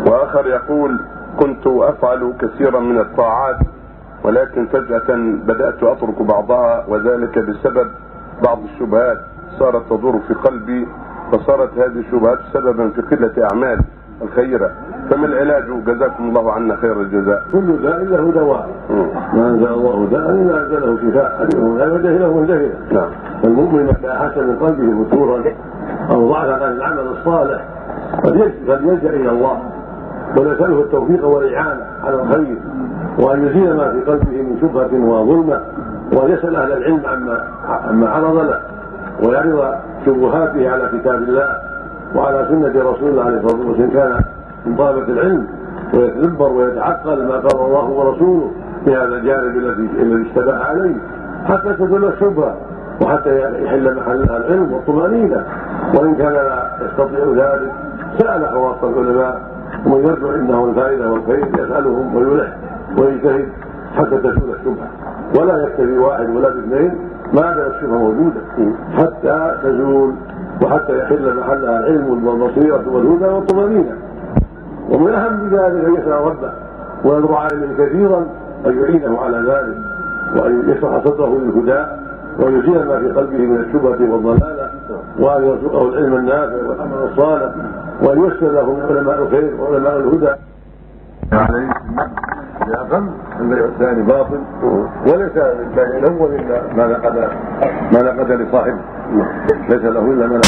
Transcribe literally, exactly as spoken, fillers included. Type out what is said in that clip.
وآخر يقول: كنت أفعل كثيرا من الطاعات ولكن فجأة بدأت أترك بعضها، وذلك بسبب بعض الشبهات صارت تدور في قلبي، فصارت هذه الشبهات سببا في قلة أعمال الخيرة، فما العلاج؟ جزاكم الله عنا خير الجزاء. كل داء له دواء، ما أنزل الله داء إلا أنزله شفاء، حديث لا وجه له جهلا. نعم. فالمؤمن متى حسن من قلبه فتورا أو ضعف عن العمل الصالح قد يلجأ إلى الله ونسأله التوفيق والإعانة على الخير، وأن يزيل ما في قلبه من شبهة وظلمة، وأن يسأل أهل العلم عما عما عرض له، ويعرض شبهاته على كتاب الله وعلى سنة رسول الله عليه الصلاة والسلام كان من طلبة العلم، ويتدبر ويتعقل ما قال الله ورسوله في هذا الجانب الذي اشتبه عليه حتى تزول الشبهة وحتى يحل محلها العلم والطمأنينة. وإن كان لا يستطيع ذلك سأل خواص العلماء ومن يرجع عنده الفائدة والخير يسألهم ويلح ويجتهد حتى تزول الشبهة، ولا يكتفي واحد ولا باثنين ما دام الشبهة موجودة حتى تزول وحتى يحل محلها العلم والبصيرة والهدى والطمأنينة. ومن أهم ذلك أن يسأل ربه ويدعو عليه كثيرا أن يعينه على ذلك، وأن يشرح صدره للهدى، وأن يزيل ما في قلبه من الشبهة والضلالة، وأن يرزقه العلم النافع والعمل الصالح، وأن يسر له من علماء الخير وعلماء الهدى. عليه بأقل البيع الثاني باطل، وليس للبيع الأول إلا ما نقد ما نقد لصاحبه، ليس له إلا ما